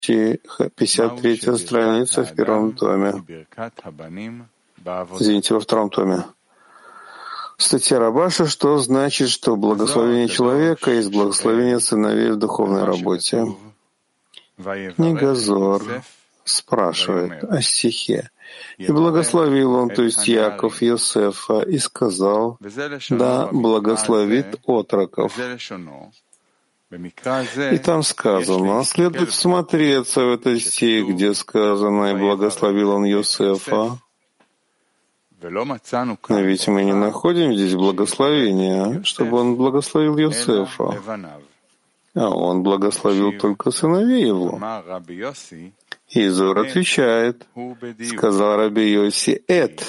53-я страница в первом томе. Извините, во втором томе. Статья Рабаша, что значит, что благословение человека есть благословение сыновей в духовной работе. Книга Зор спрашивает о стихе. «И благословил он, то есть Яков, Йосефа, и сказал, да благословит отроков». И там сказано, следует всмотреться в этот стих, где сказано, и благословил он Йосефа. Но ведь мы не находим здесь благословения, чтобы он благословил Йосефа, а он благословил только сыновей его. И Зор отвечает, сказал Раби Йоси, «эт».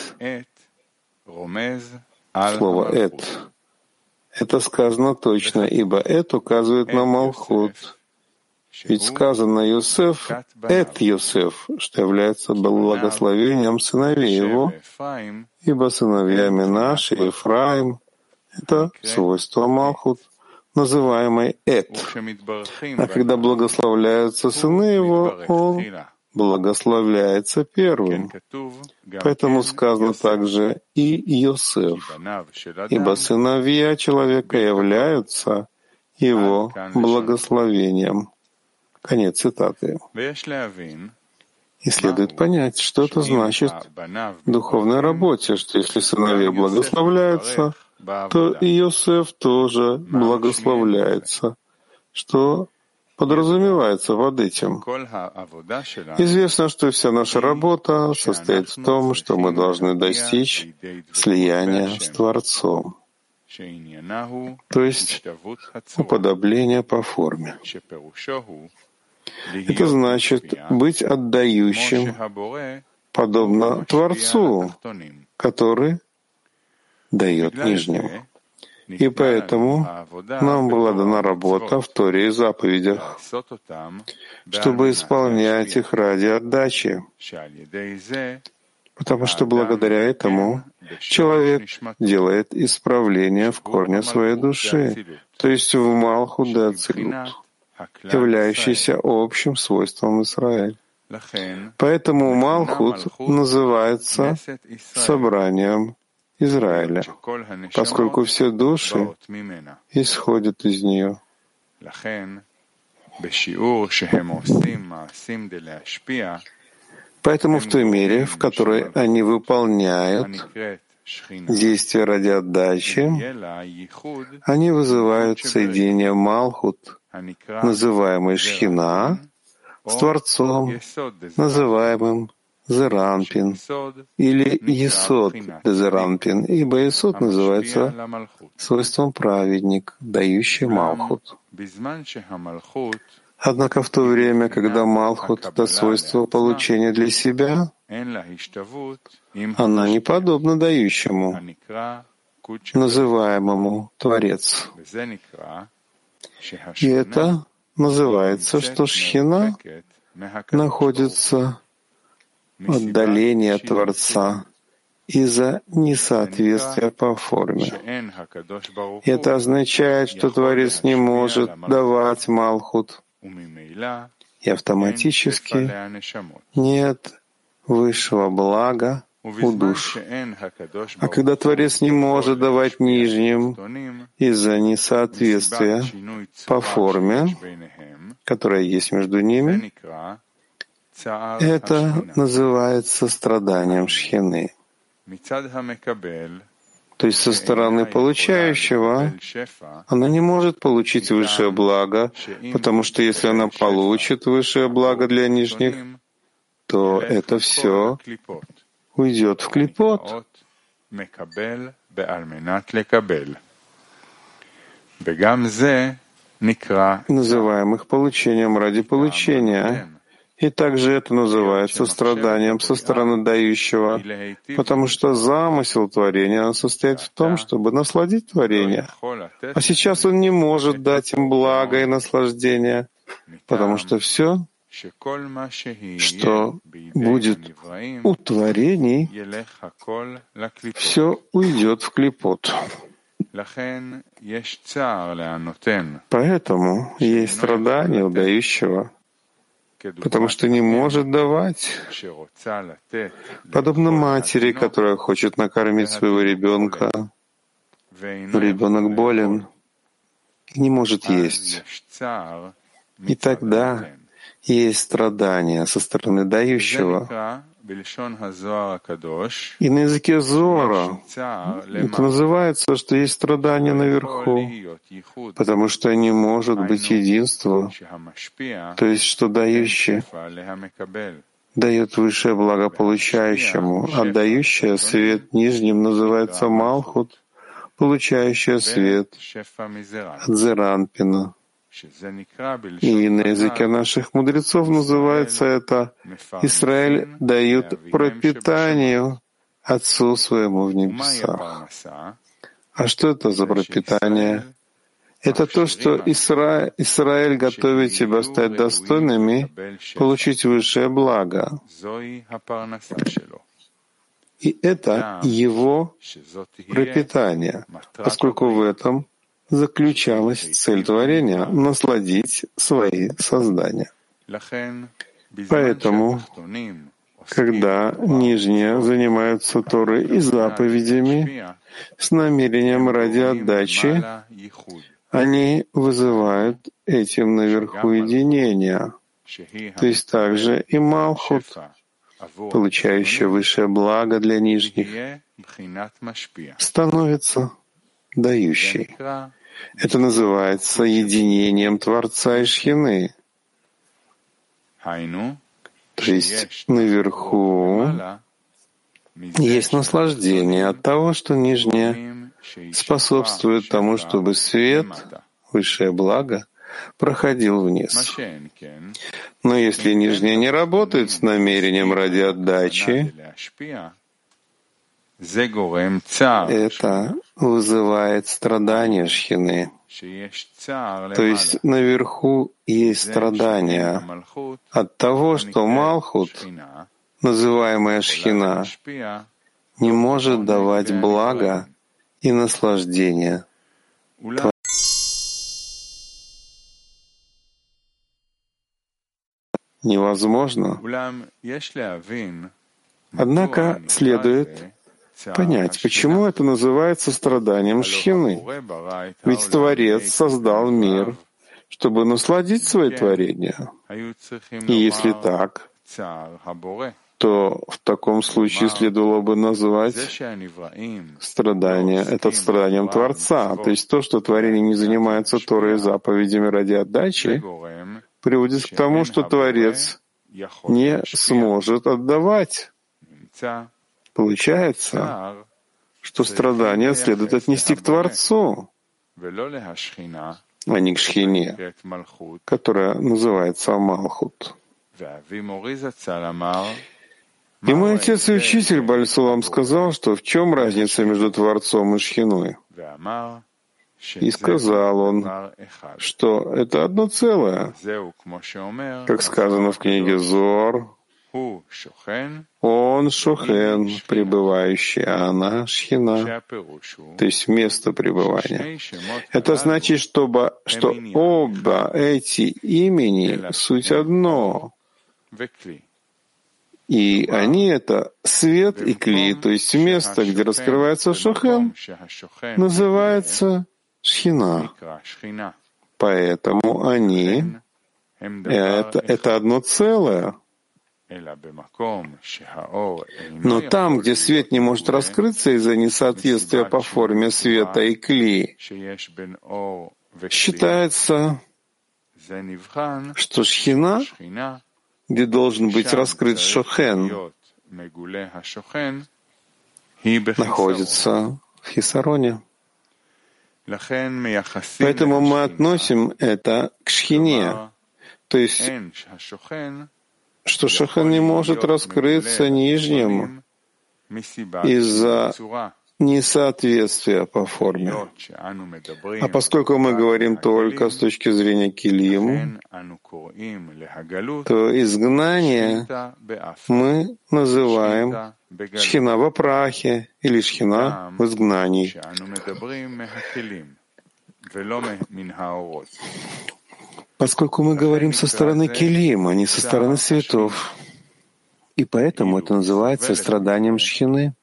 Слово «эт». Это сказано точно, ибо «эт» указывает на Малхут. Ведь сказано Йосеф, «эт Йосеф», что является благословением сыновей его, ибо сыновьями наши, Ефраим, это свойство Малхут, называемый «эт». А когда благословляются сыны его, он благословляется первым. Поэтому сказано также и Йосеф, ибо сыновья человека являются его благословением. Конец цитаты. И следует понять, что это значит в духовной работе, что если сыновья благословляются, то и Йосеф тоже благословляется, что подразумевается под этим. Известно, что вся наша работа состоит в том, что мы должны достичь слияния с Творцом, то есть уподобления по форме. Это значит быть отдающим, подобно Творцу, который дает нижним. И поэтому нам была дана работа в Торе и заповедях, чтобы исполнять их ради отдачи, потому что благодаря этому человек делает исправление в корне своей души, то есть в Малхут де Ацилут, являющийся общим свойством Израиля. Поэтому Малхут называется собранием Израиля, поскольку все души исходят из нее. Поэтому в той мере, в которой они выполняют действия ради отдачи, они вызывают соединение Малхут, называемый Шхина, с Творцом, называемым Зеранпин, или Есод Зеранпин, ибо Есод называется свойством праведник, дающий Малхут. Однако в то время, когда Малхут — это свойство получения для себя, она не подобна дающему, называемому Творец. И это называется, что Шхина находится в отдалении от Творца из-за несоответствия по форме. И это означает, что Творец не может давать Малхут, и автоматически нет высшего блага у душ. А когда Творец не может давать нижним из-за несоответствия по форме, которая есть между ними, это называется страданием Шхины. То есть со стороны получающего она не может получить высшее благо, потому что если она получит высшее благо для нижних, то это все уйдет в клипот. Называем их получением ради получения. И также это называется страданием со стороны дающего, потому что замысел творения состоит в том, чтобы насладить творение. А сейчас он не может дать им благо и наслаждение, потому что все, что будет у творений, все уйдет в клипот. Поэтому есть страдание у дающего, потому что не может давать, подобно матери, которая хочет накормить своего ребенка, но ребенок болен и не может есть. И тогда есть страдания со стороны дающего. И на языке Зоара это называется, что есть страдания наверху, потому что не может быть единства, то есть что дающий дает высшее благо получающему, а дающее свет нижним называется Малхут, получающая свет от Зеранпина. И на языке наших мудрецов называется это «Израиль дает пропитание Отцу Своему в небесах». А что это за пропитание? Это то, что Израиль готовит себя стать достойными, получить высшее благо. И это его пропитание, поскольку в этом заключалась цель творения — насладить свои создания. Поэтому, когда нижние занимаются Торой и заповедями с намерением ради отдачи, они вызывают этим наверху единение, то есть также и Малхут, получающая высшее благо для нижних, становится дающей. Это называется единением Творца и Шхины. То есть наверху есть наслаждение от того, что нижнее способствует тому, чтобы свет, высшее благо, проходил вниз. Но если нижнее не работает с намерением ради отдачи, это вызывает страдания Шхины. То есть наверху есть страдания от того, что Малхут, называемая Шхина, не может давать благо и наслаждение. Невозможно. Однако следует понять, почему это называется страданием Шхины. Ведь Творец создал мир, чтобы насладить свои творения. И если так, то в таком случае следовало бы назвать страдание это страданием Творца. То есть то, что творение не занимается Торой и заповедями ради отдачи, приводит к тому, что Творец не сможет отдавать. Получается, что страдания следует отнести к Творцу, а не к Шхине, которая называется Малхут. И мой отец и учитель Баль-Сулам сказал, что в чем разница между Творцом и Шхиной? И сказал он, что это одно целое. Как сказано в книге Зоар, он Шохен, пребывающий, а она Шхина, то есть место пребывания. Это значит, что оба эти имени — суть одно. И они — это свет и кли, то есть место, где раскрывается Шохен, называется Шхина. Поэтому они — это одно целое. Но там, где свет не может раскрыться из-за несоответствия по форме света и кли, считается, что Шхина, где должен быть раскрыт Шохен, находится в Хисароне. Поэтому мы относим это к Шхине, то есть что Шохен не может раскрыться нижним из-за несоответствия по форме. А поскольку мы говорим только с точки зрения килим, то изгнание мы называем Шхина во прахе или Шхина в изгнании. поскольку мы говорим со стороны келим, а не со стороны светов. И поэтому это называется страданием шхины.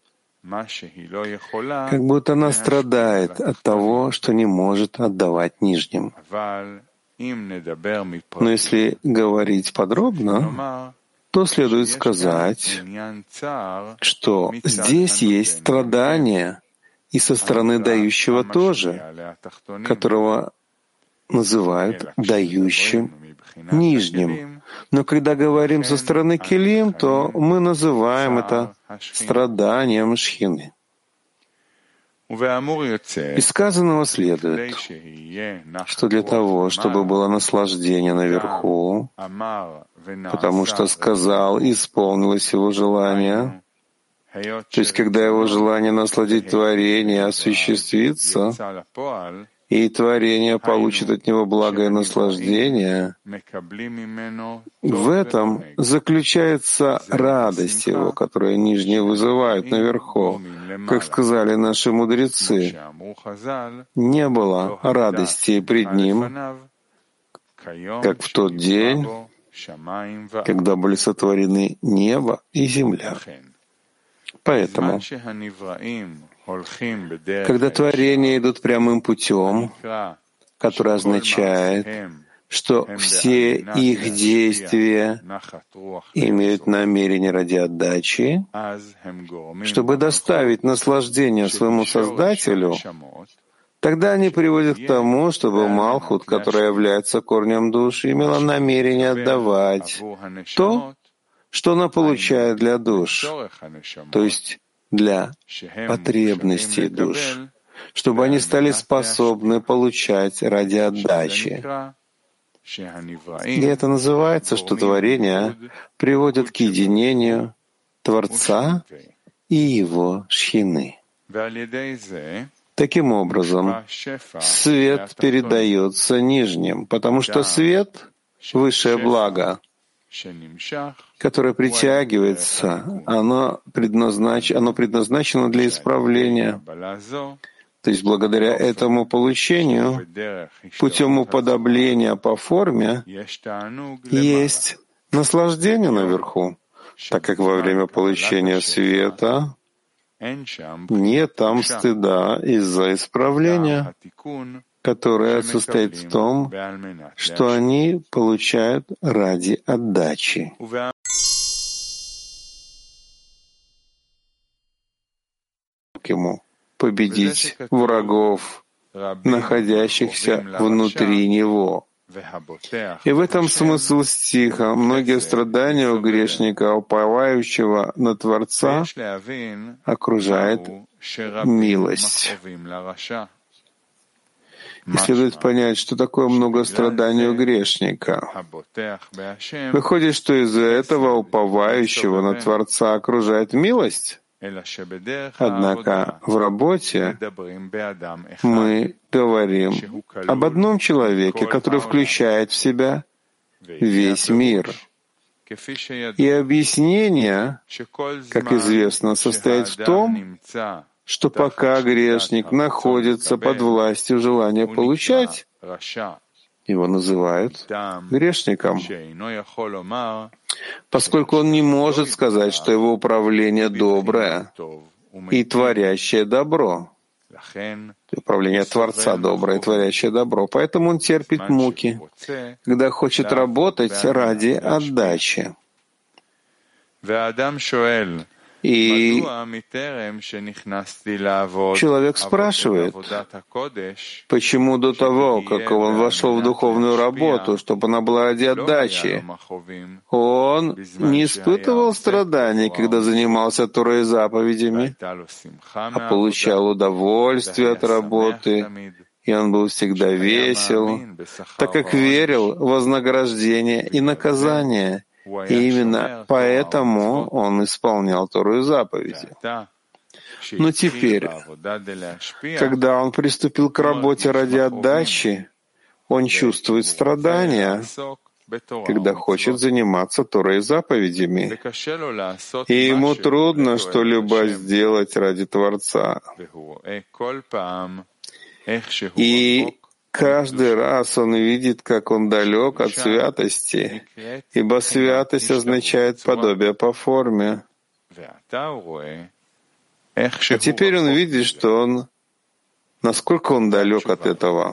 Как будто она страдает от того, что не может отдавать нижним. Но если говорить подробно, то следует сказать, что здесь есть страдание и со стороны дающего тоже, которого называют дающим нижним. Но когда говорим со стороны келим, то мы называем это страданием шхины. Из сказанного следует, что для того, чтобы было наслаждение наверху, потому что сказал, исполнилось его желание, то есть когда его желание насладить творение осуществится, и творение получит от него благое наслаждение, в этом заключается радость его, которую нижние вызывают наверху. Как сказали наши мудрецы, не было радости пред ним, как в тот день, когда были сотворены небо и земля. Поэтому, когда творения идут прямым путем, который означает, что все их действия имеют намерение ради отдачи, чтобы доставить наслаждение своему Создателю, тогда они приводят к тому, чтобы Малхут, которая является корнем души, имела намерение отдавать то, что она получает для душ, то есть для потребностей душ, чтобы они стали способны получать ради отдачи. И это называется, что творения приводят к единению Творца и его шхины. Таким образом, свет передается нижним, потому что свет — высшее благо, которое притягивается, оно предназначено для исправления. То есть благодаря этому получению, путем уподобления по форме, есть наслаждение наверху, так как во время получения света нет там стыда из-за исправления, которое состоит в том, что они получают ради отдачи. Ему победить врагов, находящихся внутри него. И в этом смысл стиха. Многие страдания у грешника, уповающего на Творца, окружает милость. И следует понять, что такое много страданий у грешника. Выходит, что из-за этого уповающего на Творца окружает милость. Однако в работе мы говорим об одном человеке, который включает в себя весь мир. И объяснение, как известно, состоит в том, что пока грешник находится под властью желания получать, его называют грешником, поскольку он не может сказать, что его управление доброе и творящее добро. Управление Творца доброе и творящее добро. Поэтому он терпит муки, когда хочет работать ради отдачи. И человек спрашивает, почему до того, как он вошел в духовную работу, чтобы она была ради отдачи, он не испытывал страданий, когда занимался Торой и заповедями, а получал удовольствие от работы, и он был всегда весел, так как верил в вознаграждение и наказание. И именно поэтому он исполнял Тору и заповеди. Но теперь, когда он приступил к работе ради отдачи, он чувствует страдания, когда хочет заниматься Торой и заповедями. И ему трудно что-либо сделать ради Творца. И Каждый раз он видит, как он далек от святости, ибо святость означает подобие по форме. А теперь он видит, что насколько он далек от этого.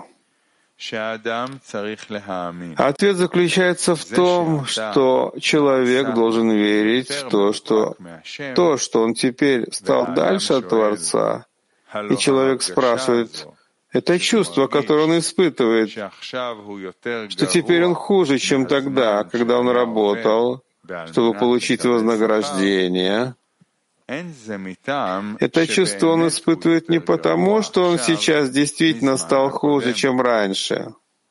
Ответ заключается в том, что человек должен верить в то, что он теперь стал дальше от Творца, и человек спрашивает, это чувство, которое он испытывает, что теперь он хуже, чем тогда, когда он работал, чтобы получить вознаграждение. Это чувство он испытывает не потому, что он сейчас действительно стал хуже, чем раньше.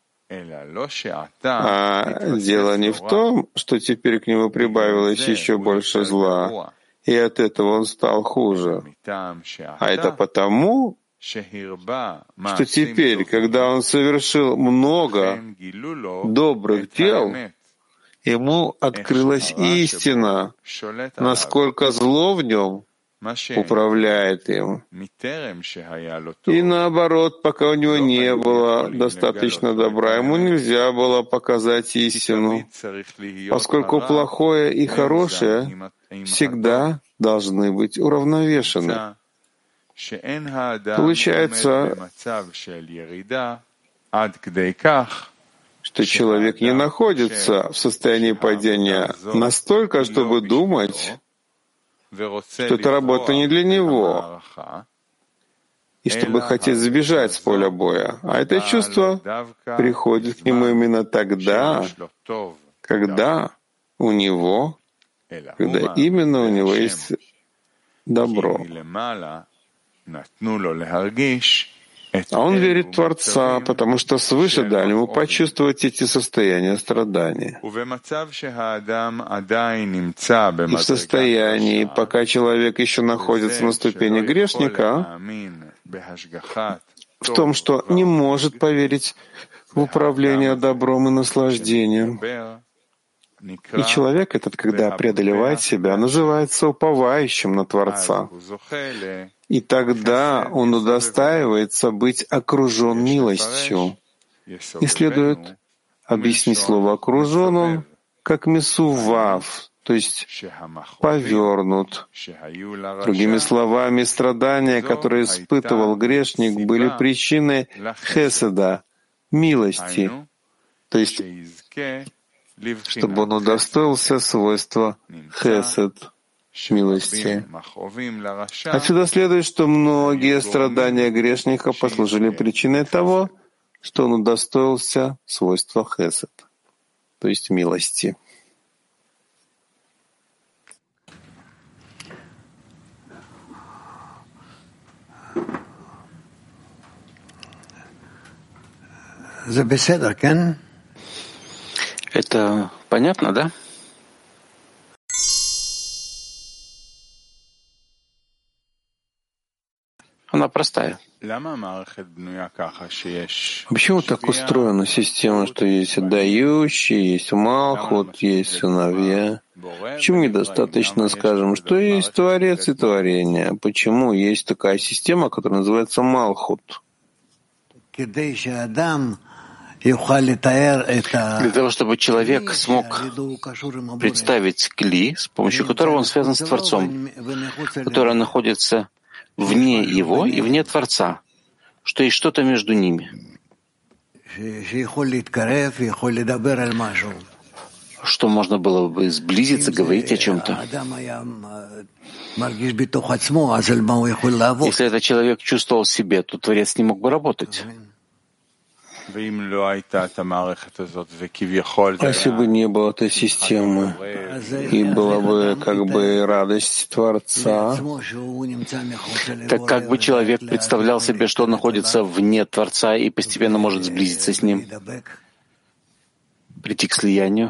А дело не в том, что теперь к нему прибавилось еще больше зла, и от этого он стал хуже. А это потому, что теперь, когда он совершил много добрых дел, ему открылась истина, насколько зло в нем управляет им. И наоборот, пока у него не было достаточно добра, ему нельзя было показать истину, поскольку плохое и хорошее всегда должны быть уравновешены. Получается, что человек не находится в состоянии падения настолько, чтобы думать, что эта работа не для него, и чтобы хотеть сбежать с поля боя. А это чувство приходит к нему именно тогда, когда именно у него есть добро. А он верит в Творца, потому что свыше дали ему почувствовать эти состояния страдания. И в состоянии, пока человек еще находится на ступени грешника, в том, что не может поверить в управление добром и наслаждением. И человек этот, когда преодолевает себя, называется уповающим на Творца. И тогда он удостаивается быть окружен милостью. И следует объяснить слово «окружен» он как месував, то есть повернут. Другими словами, страдания, которые испытывал грешник, были причиной хеседа, милости, то есть чтобы он удостоился свойства хесед, милости. Отсюда следует, что многие страдания грешника послужили причиной того, что он удостоился свойства хесед, то есть милости. Это понятно, да? Она простая. Почему так устроена система, что есть отдающие, есть малхут, есть сыновья? Почему недостаточно, скажем, что есть Творец и творение? Почему есть такая система, которая называется малхут? Для того, чтобы человек смог представить кли, с помощью которого он связан с Творцом, который находится вне его и вне Творца, что есть что-то между ними, что можно было бы сблизиться, говорить о чем-то. Если этот человек чувствовал в себе, то Творец не мог бы работать. А если бы не было этой системы, и была бы как бы радость Творца, так как бы человек представлял себе, что он находится вне Творца и постепенно может сблизиться с ним, прийти к слиянию?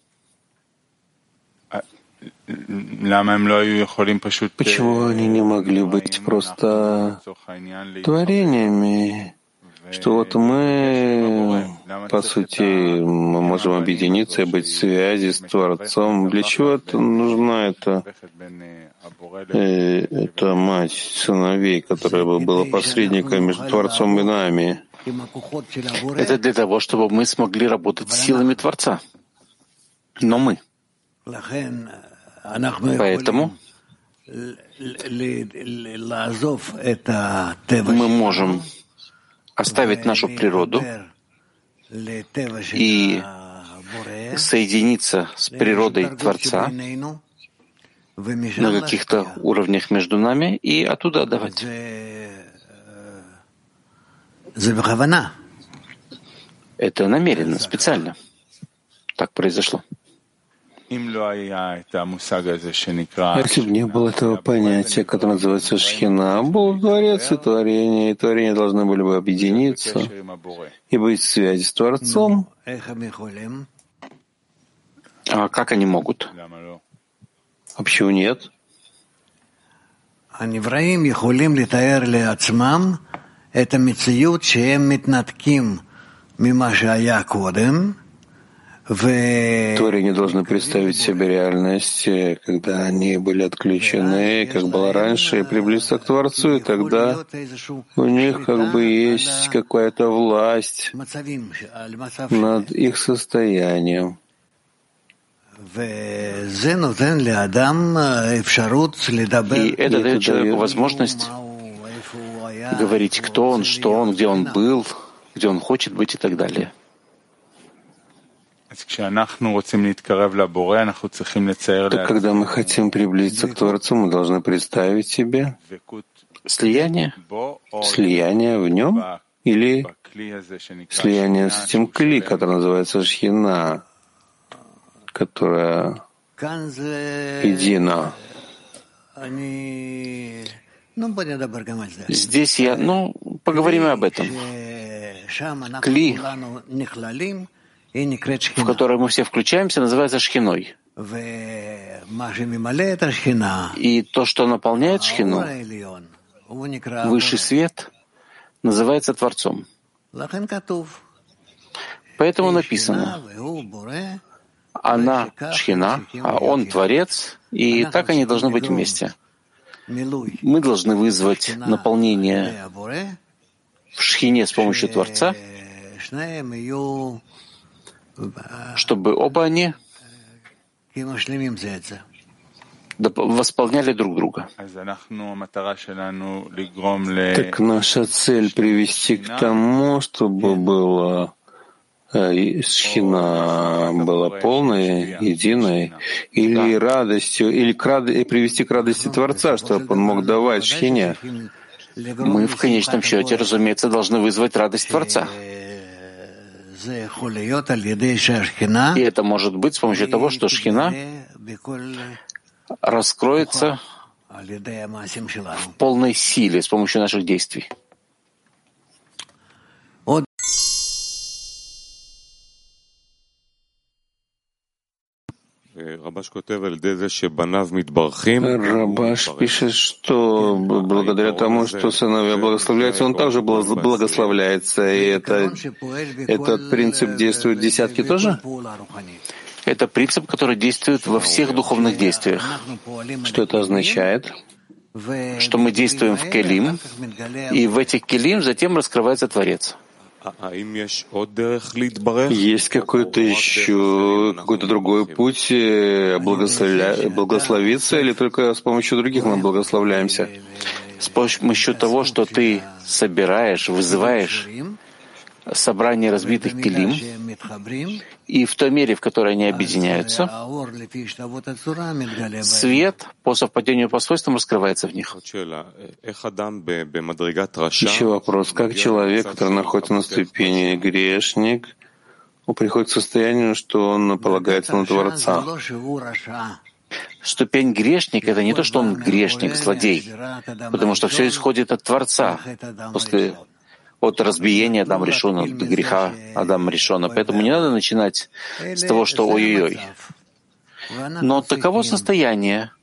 Почему они не могли быть просто творениями? Что вот мы, по сути, мы можем объединиться и быть в связи с Творцом. Для чего это нужна эта мать сыновей, которая бы была посредником между Творцом и нами? Это для того, чтобы мы смогли работать с силами Творца. Но мы. Поэтому мы можем оставить нашу природу и соединиться с природой Творца на каких-то уровнях между нами и оттуда отдавать. Это намеренно, специально. Так произошло. Если бы не было этого понятия, которое называется шхина, был Творец и творение должны были бы объединиться и быть в связи с Творцом. А как они могут? А почему нет? Творение должны представить себе реальность, когда они были отключены, как было раньше, и приблизиться к Творцу, и тогда у них как бы есть какая-то власть над их состоянием. И это дает человеку возможность говорить, кто он, что он, где он был, где он хочет быть и так далее. Так когда мы хотим приблизиться к Творцу, мы должны представить себе слияние в нем или слияние с этим кли, который называется шхина, которая едина. Здесь поговорим об этом. Кли, в который мы все включаемся, называется шхиной. И то, что наполняет шхину, высший свет, называется Творцом. Поэтому написано, она шхина, а он Творец, и так они должны быть вместе. Мы должны вызвать наполнение в шхине с помощью Творца, чтобы оба они восполняли друг друга. Так наша цель — привести к тому, чтобы была шхина была полной, единой, или радостью, или привести к радости Творца, чтобы он мог давать шхине. Мы в конечном счете, разумеется, должны вызвать радость Творца. И это может быть с помощью того, что шхина раскроется в полной силе с помощью наших действий. Рабаш пишет, что благодаря тому, что сыновья благословляются, он также благословляется. И этот принцип действует в десятке тоже? Это принцип, который действует во всех духовных действиях. Что это означает? Что мы действуем в келим, и в этих келим затем раскрывается Творец. Есть какой-то другой путь благословиться, или только с помощью других мы благословляемся? С помощью того, что ты собираешь, вызываешь собрание разбитых келим, и в той мере, в которой они объединяются, свет по совпадению по свойствам раскрывается в них. Еще вопрос. Как человек, который находится на ступени грешник, приходит к состоянию, что он полагается на Творца? Ступень грешник — это не то, что он грешник, злодей, потому что все исходит от Творца, от разбиения Адама Ришона, от греха Адама Ришона. Поэтому не надо начинать с того, что ой-ой-ой. Но таково состояние,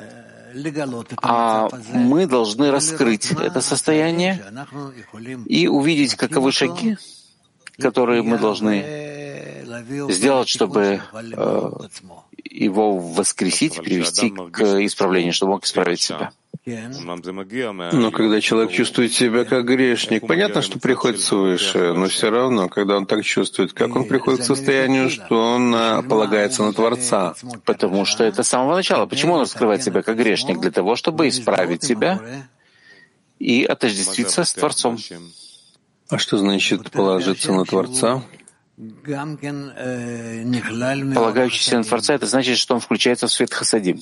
а мы должны раскрыть это состояние и увидеть, каковы шаги, которые мы должны сделать, чтобы его воскресить, привести к исправлению, чтобы он мог исправить себя. Но когда человек чувствует себя как грешник, понятно, что приходит свыше, но все равно, когда он так чувствует, как он приходит к состоянию, что он полагается на Творца? Потому что это с самого начала. Почему он раскрывает себя как грешник? Для того, чтобы исправить себя и отождествиться с Творцом. А что значит положиться на Творца? Полагающийся на Творца — это значит, что он включается в свет хасадим.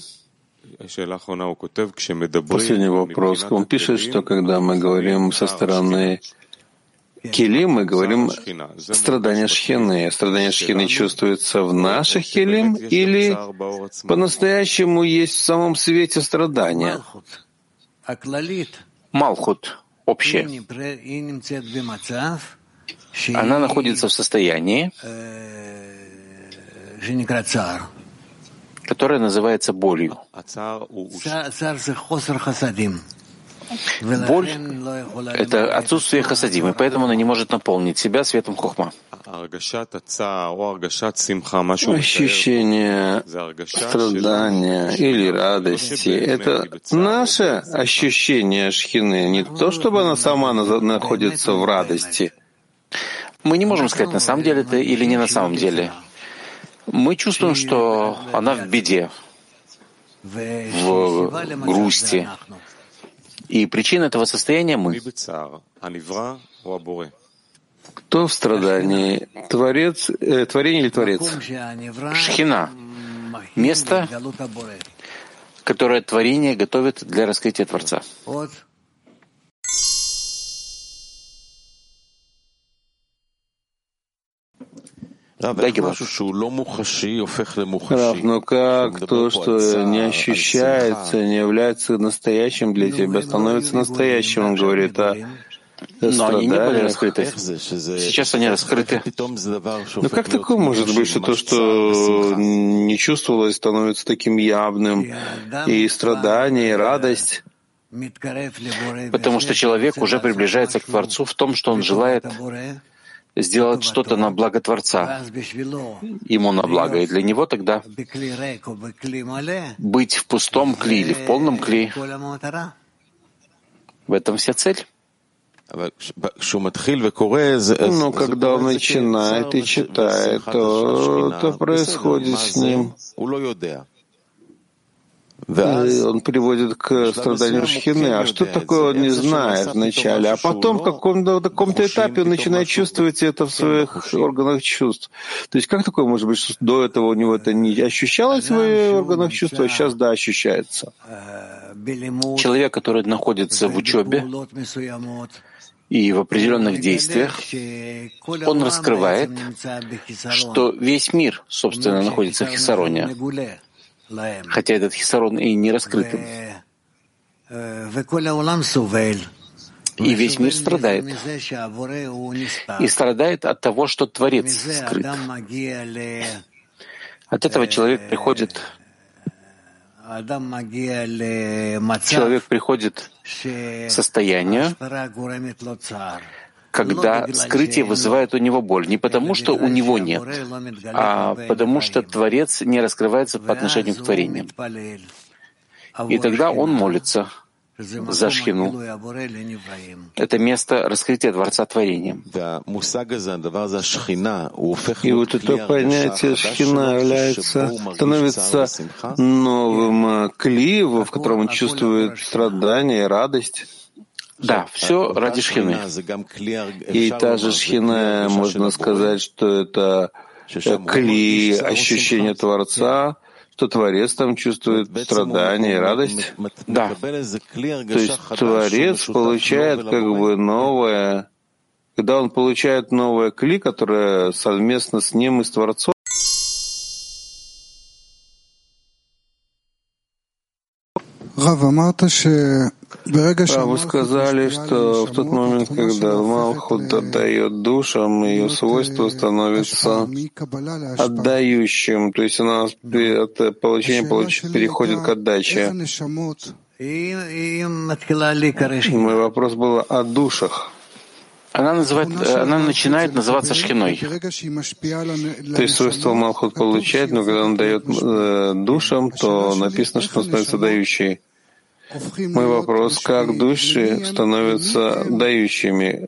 Последний вопрос. Он пишет, что когда мы говорим со стороны келим, мы говорим страдания шхины. Страдания шхины чувствуются в наших келим или по-настоящему есть в самом свете страдания? Малхут — общее. Она находится в состоянии, которое называется болью. Боль — это отсутствие хасадим, и поэтому она не может наполнить себя светом хохма. Ощущение страдания или радости — это наше ощущение шхины, не то, чтобы она сама находится в радости. Мы не можем сказать, на самом деле это или не на самом деле. Мы чувствуем, что она в беде, в грусти. И причина этого состояния — мы. Кто в страдании? Творение или Творец? Шхина — место, которое творение готовит для раскрытия Творца. Рав, но как то, что не ощущается, не является настоящим для тебя, становится настоящим? Он говорит о но они не были раскрыты. Сейчас они раскрыты. Но как такое может быть, что то, что не чувствовалось, становится таким явным, и страдание, и радость? Потому что человек уже приближается к Творцу в том, что он желает сделать что-то на благо Творца, ему на благо. И для него тогда быть в пустом кли или в полном кли — в этом вся цель. Но когда он начинает и читает, то происходит с ним. Он приводит к страданию шхины. А что такое, он не знает вначале. А потом в каком-то этапе он начинает чувствовать это в своих органах чувств. То есть как такое может быть, что до этого у него это не ощущалось в своих органах чувств, а сейчас да, ощущается? Человек, который находится в учебе и в определенных действиях, он раскрывает, что весь мир, собственно, находится в хисароне, хотя этот хисарон и не раскрыт. И весь мир страдает. И страдает от того, что Творец скрыт. От этого человек приходит к состоянию, когда скрытие вызывает у него боль. Не потому, что у него нет, а потому, что Творец не раскрывается по отношению к творениям. И тогда он молится за шхину. Это место раскрытия Творца творением. И вот это понятие шхина становится новым кли, в котором он чувствует страдания и радость. Да, все ради шхины. И та же шхина, можно сказать, что это кли ощущения Творца, что Творец там чувствует страдания и радость. Да. То есть Творец получает как бы новое, когда он получает новое кли, которое совместно с ним и с Творцом. Вы сказали, что в тот момент, когда Малхут отдает душам, ее свойство становится отдающим, то есть она от получения переходит к отдаче. Мой вопрос был о душах. Она начинает называться шхиной. То есть свойство Малхут получает, но когда он дает душам, то написано, что он становится дающей. Мой вопрос, как души становятся дающими?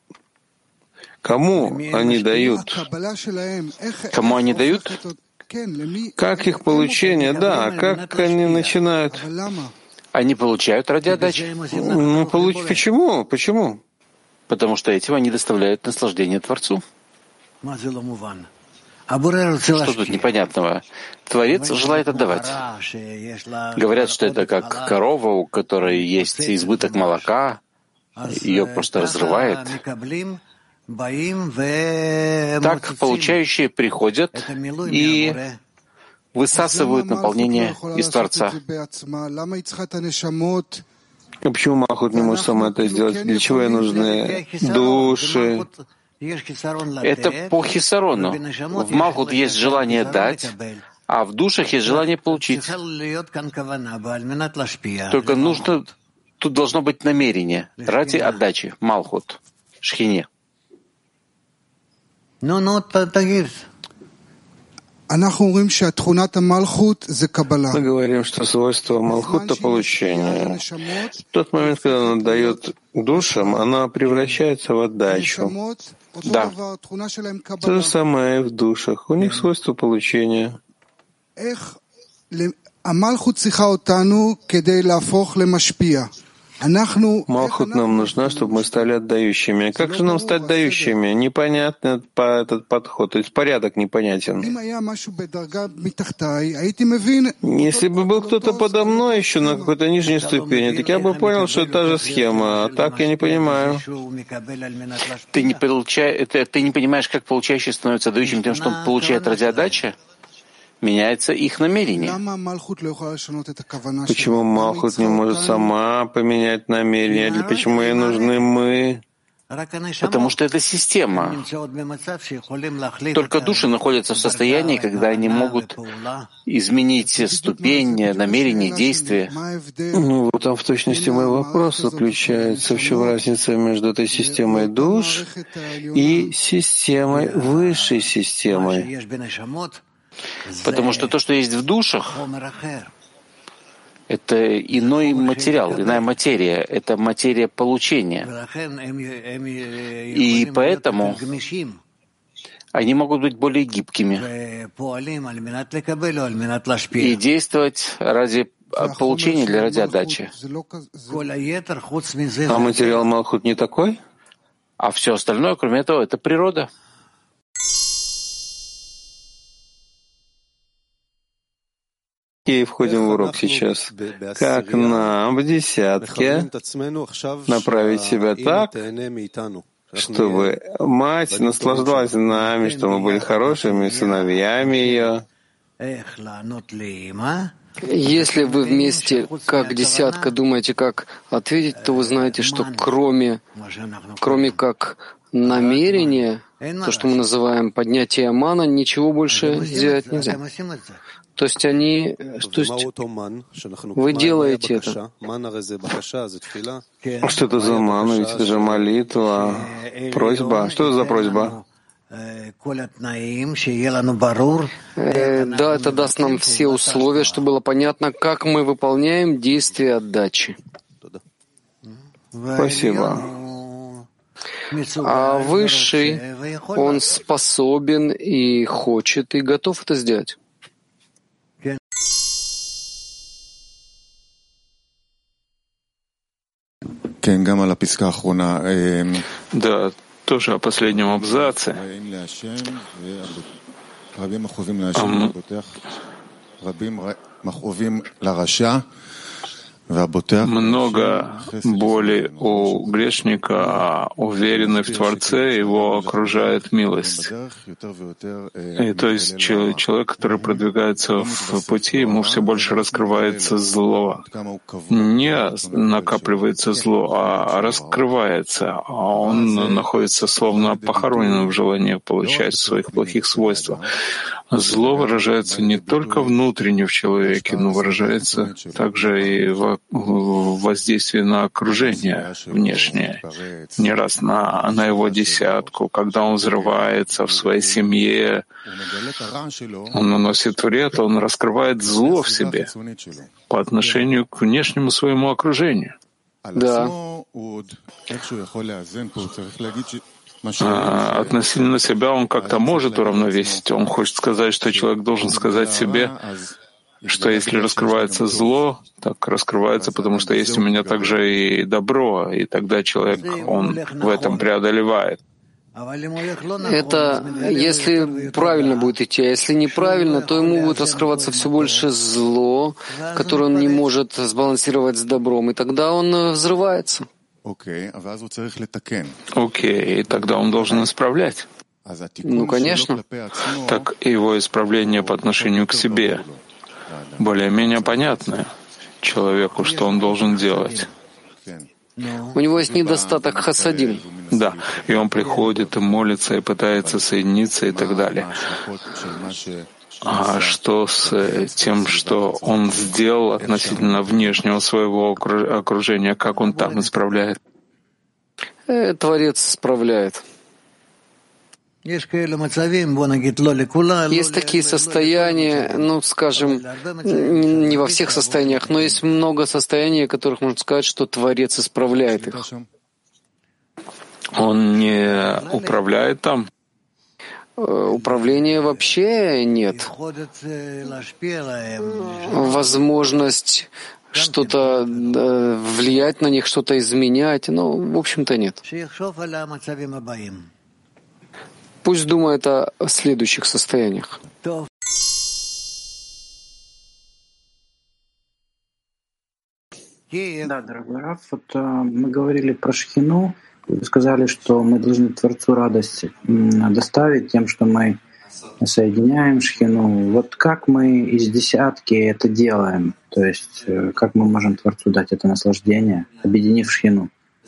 Кому они дают? Кому они дают? Как их получение? Да, как они начинают? Они получают ради отдачи. Почему? Почему? Потому что этим они доставляют наслаждение Творцу. Что тут непонятного? Творец желает отдавать. Говорят, что это как корова, у которой есть избыток молока, ее просто разрывает. Так получающие приходят и высасывают наполнение из Творца. А почему Малхут не может сама это сделать? Для чего ей нужны души? Это по хисарону. В Малхут есть желание дать, а в душах есть желание получить. Только нужно, тут должно быть намерение ради отдачи. Малхут, Шхине. Мы говорим, что свойство Малхута — получение. В тот момент, когда она дает душам, она превращается в отдачу. Да. То же самое и в душах. У них свойство получения. Малхут нам нужна, чтобы мы стали отдающими. Как же нам стать дающими? Непонятный этот подход, то есть порядок непонятен. Если бы был кто-то подо мной еще на какой-то нижней ступени, так я бы понял, что это та же схема, а так я не понимаю. Ты не понимаешь, как получающий становится дающим тем, что он получает ради отдачи? Меняется их намерение. Почему Малхут не может сама поменять намерение? Почему ей нужны мы? Потому что это система. Только души находятся в состоянии, когда они могут изменить ступень, намерение, действие. Ну, вот там в точности мой вопрос заключается. В чем разница между этой системой душ и системой, высшей системой? Потому что то, что есть в душах, это иной материал, иная материя, это материя получения. И поэтому они могут быть более гибкими и действовать ради получения или ради отдачи. А материал Малхут не такой? А все остальное, кроме этого, это природа. И входим в урок сейчас. Как нам в десятке направить себя так, чтобы мать наслаждалась нами, чтобы мы были хорошими сыновьями ее. Если вы вместе, как десятка, думаете, как ответить, то вы знаете, что кроме как намерения, то, что мы называем поднятие мана, ничего больше сделать нельзя. То есть вы делаете это. Что это за мана? Ведь это же молитва, просьба. Что это за просьба? Да, это даст нам все условия, чтобы было понятно, как мы выполняем действия отдачи. Спасибо. А Высший, он способен и хочет, и готов это сделать. Да, тоже о последнем абзаце. Много боли у грешника, а уверенный в Творце его окружает милость. И то есть человек, который продвигается в пути, ему все больше раскрывается зло. Не накапливается зло, а раскрывается. А он находится словно похороненным в желании получать своих плохих свойств. Зло выражается не только внутренне в человеке, но выражается также и в воздействии на окружение внешнее. Не раз на его десятку, когда он взрывается в своей семье, он наносит вред, он раскрывает зло в себе по отношению к внешнему своему окружению. Да. Относительно себя он как-то может уравновесить. Он хочет сказать, что человек должен сказать себе, что если раскрывается зло, так раскрывается, потому что есть у меня также и добро, и тогда человек, он в этом преодолевает. Это если правильно будет идти, а если неправильно, то ему будет раскрываться все больше зло, которое он не может сбалансировать с добром, и тогда он взрывается. Окей, и тогда он должен исправлять. Ну, конечно. Так его исправление по отношению к себе более-менее понятно человеку, что он должен делать. У него есть недостаток хасадим. Да, и он приходит и молится, и пытается соединиться и так далее. А что с тем, что он сделал относительно внешнего своего окружения, как он там исправляет? Творец исправляет. Есть такие состояния, ну, скажем, не во всех состояниях, но есть много состояний, о которых можно сказать, что Творец исправляет их. Он не управляет там? Управления вообще нет. Возможность что-то влиять на них, что-то изменять, ну, в общем-то, нет. Пусть думает о следующих состояниях. Да, дорогой Раф, вот мы говорили про Шхину, вы сказали, что мы должны Творцу радость доставить тем, что мы соединяем Шхину. Вот как мы из десятки это делаем? То есть как мы можем Творцу дать это наслаждение, объединив Шхину?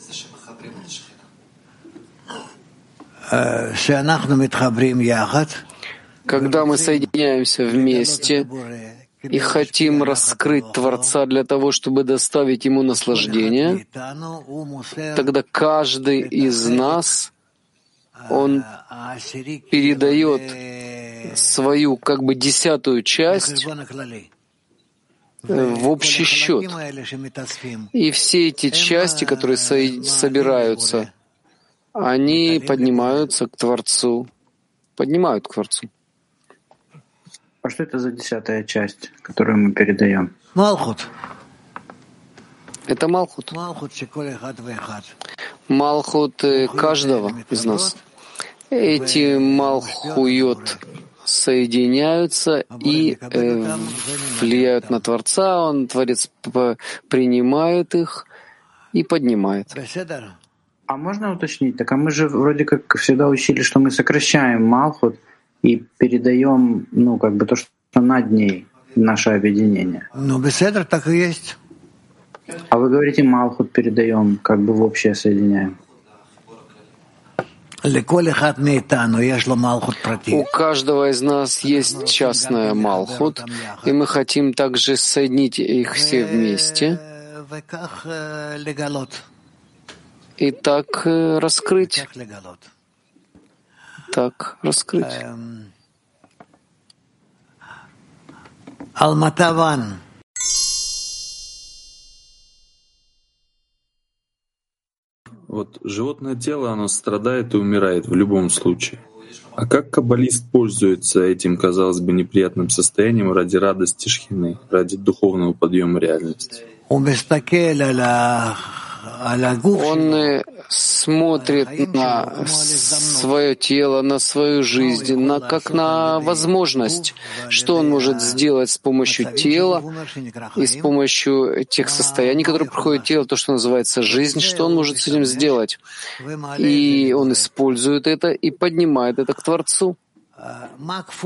Когда мы соединяемся вместе и хотим раскрыть Творца для того, чтобы доставить Ему наслаждение, тогда каждый из нас, он передает свою как бы 10-ю часть в общий счет. И все эти части, которые собираются, они поднимаются к Творцу, поднимают к Творцу. А что это за 10-я часть, которую мы передаем? Малхут. Это Малхут. Малхут каждого из нас. Эти Малхуйот соединяются и влияют на Творца. Он, Творец, принимает их и поднимает. А можно уточнить? Так, а мы же вроде как всегда учили, что мы сокращаем Малхут и передаем, ну, как бы то, что над ней наше объединение. Ну, беседер так и есть. А вы говорите, Малхут передаем, как бы в общее соединяем. У каждого из нас есть частная Малхут, и мы хотим также соединить их все вместе и так раскрыть. Так раскрыть. Алматаван. Вот животное тело, оно страдает и умирает в любом случае. А как каббалист пользуется этим, казалось бы, неприятным состоянием ради радости Шхины, ради духовного подъема реальности? Он смотрит на свое тело, на свою жизнь, как на возможность, что он может сделать с помощью тела и с помощью тех состояний, которые приходят в тело, то, что называется жизнь, что он может с этим сделать. И он использует это и поднимает это к Творцу.